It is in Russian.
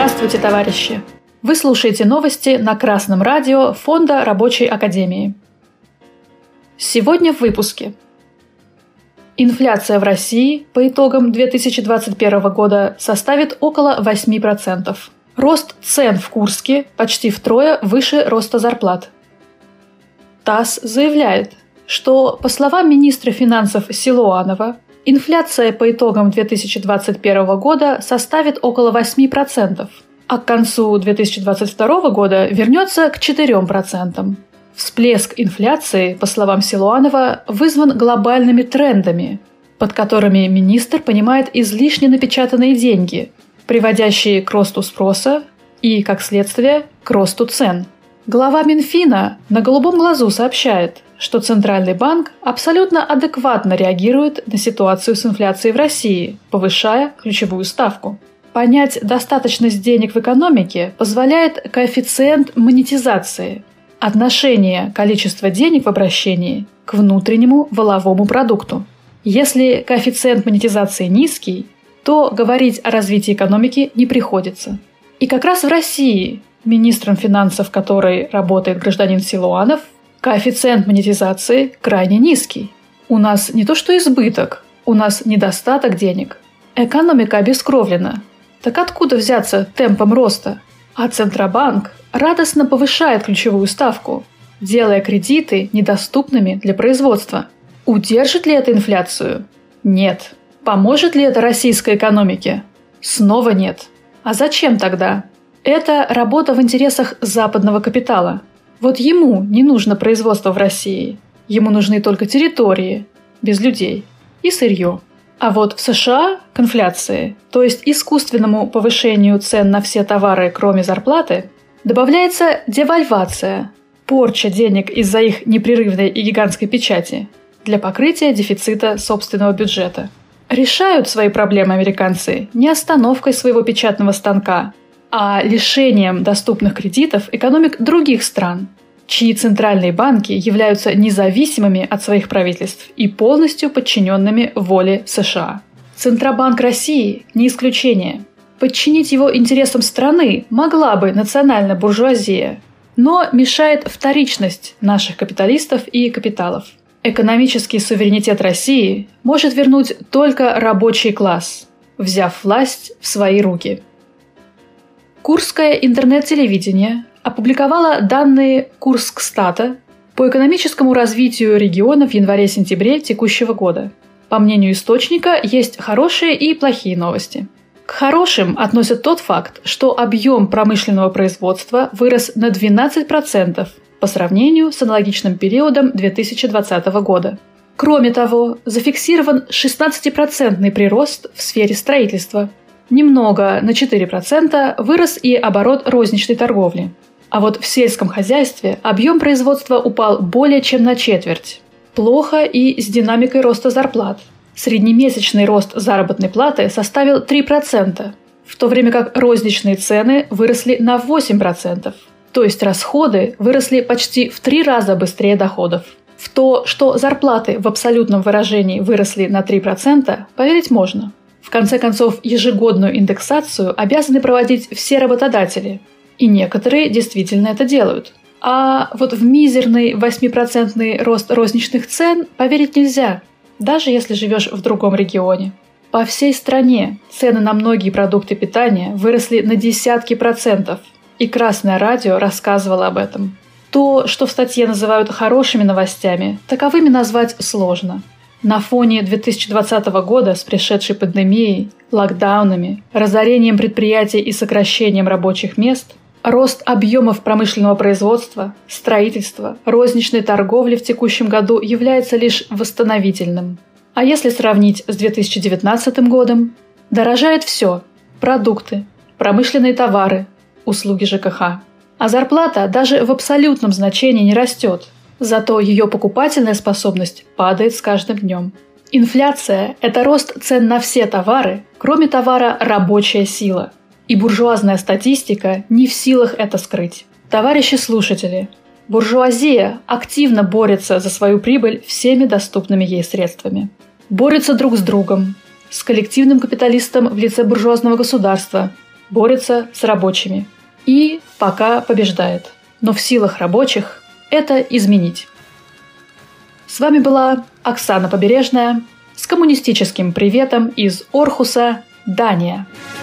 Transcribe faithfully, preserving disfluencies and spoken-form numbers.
Здравствуйте, товарищи! Вы слушаете новости на Красном радио Фонда Рабочей Академии. Сегодня в выпуске. Инфляция в России по итогам две тысячи двадцать первого года составит около восемь процентов. Рост цен в Курске почти втрое выше роста зарплат. ТАСС заявляет, что, по словам министра финансов Силуанова, инфляция по итогам две тысячи двадцать первого года составит около восемь процентов, а к концу две тысячи двадцать второго года вернется к четырем процентам. Всплеск инфляции, по словам Силуанова, вызван глобальными трендами, под которыми министр понимает излишне напечатанные деньги, приводящие к росту спроса и, как следствие, к росту цен. Глава Минфина на голубом глазу сообщает, что Центральный банк абсолютно адекватно реагирует на ситуацию с инфляцией в России, повышая ключевую ставку. Понять достаточность денег в экономике позволяет коэффициент монетизации – отношение количества денег в обращении к внутреннему валовому продукту. Если коэффициент монетизации низкий, то говорить о развитии экономики не приходится. И как раз в России, министром финансов которой работает гражданин Силуанов, коэффициент монетизации крайне низкий. У нас не то что избыток, у нас недостаток денег. Экономика обескровлена. Так откуда взяться темпом роста? А Центробанк радостно повышает ключевую ставку, делая кредиты недоступными для производства. Удержит ли это инфляцию? Нет. Поможет ли это российской экономике? Снова нет. А зачем тогда? Это работа в интересах западного капитала. Вот ему не нужно производство в России. Ему нужны только территории, без людей, и сырье. А вот в США к инфляции, то есть искусственному повышению цен на все товары, кроме зарплаты, добавляется девальвация, порча денег из-за их непрерывной и гигантской печати для покрытия дефицита собственного бюджета. Решают свои проблемы американцы не остановкой своего печатного станка, а лишением доступных кредитов экономик других стран, чьи центральные банки являются независимыми от своих правительств и полностью подчиненными воле США. Центробанк России не исключение. Подчинить его интересам страны могла бы национальная буржуазия, но мешает вторичность наших капиталистов и капиталов. Экономический суверенитет России может вернуть только рабочий класс, взяв власть в свои руки. Курское интернет-телевидение опубликовало данные Курскстата по экономическому развитию региона в январе-сентябре текущего года. По мнению источника, есть хорошие и плохие новости. К хорошим относят тот факт, что объем промышленного производства вырос на двенадцать процентов по сравнению с аналогичным периодом две тысячи двадцатого года. Кроме того, зафиксирован шестнадцатипроцентный прирост в сфере строительства. Немного, на четыре процента, вырос и оборот розничной торговли. А вот в сельском хозяйстве объем производства упал более чем на четверть. Плохо и с динамикой роста зарплат. Среднемесячный рост заработной платы составил три процента, в то время как розничные цены выросли на восемь процентов. То есть расходы выросли почти в три раза быстрее доходов. В то, что зарплаты в абсолютном выражении выросли на три процента, поверить можно. В конце концов, ежегодную индексацию обязаны проводить все работодатели, и некоторые действительно это делают. А вот в мизерный восьмипроцентный рост розничных цен поверить нельзя, даже если живешь в другом регионе. По всей стране цены на многие продукты питания выросли на десятки процентов, и Красное радио рассказывало об этом. То, что в статье называют хорошими новостями, таковыми назвать сложно. На фоне две тысячи двадцатого года с пришедшей пандемией, локдаунами, разорением предприятий и сокращением рабочих мест, рост объемов промышленного производства, строительства, розничной торговли в текущем году является лишь восстановительным. А если сравнить с две тысячи девятнадцатым годом, дорожает все – продукты, промышленные товары, услуги ЖКХ. А зарплата даже в абсолютном значении не растет. Зато ее покупательная способность падает с каждым днем. Инфляция – это рост цен на все товары, кроме товара «рабочая сила». И буржуазная статистика не в силах это скрыть. Товарищи слушатели, буржуазия активно борется за свою прибыль всеми доступными ей средствами. Борются друг с другом, с коллективным капиталистом в лице буржуазного государства, борется с рабочими и пока побеждает. Но в силах рабочих это изменить. С вами была Оксана Побережная с коммунистическим приветом из Орхуса, Дания.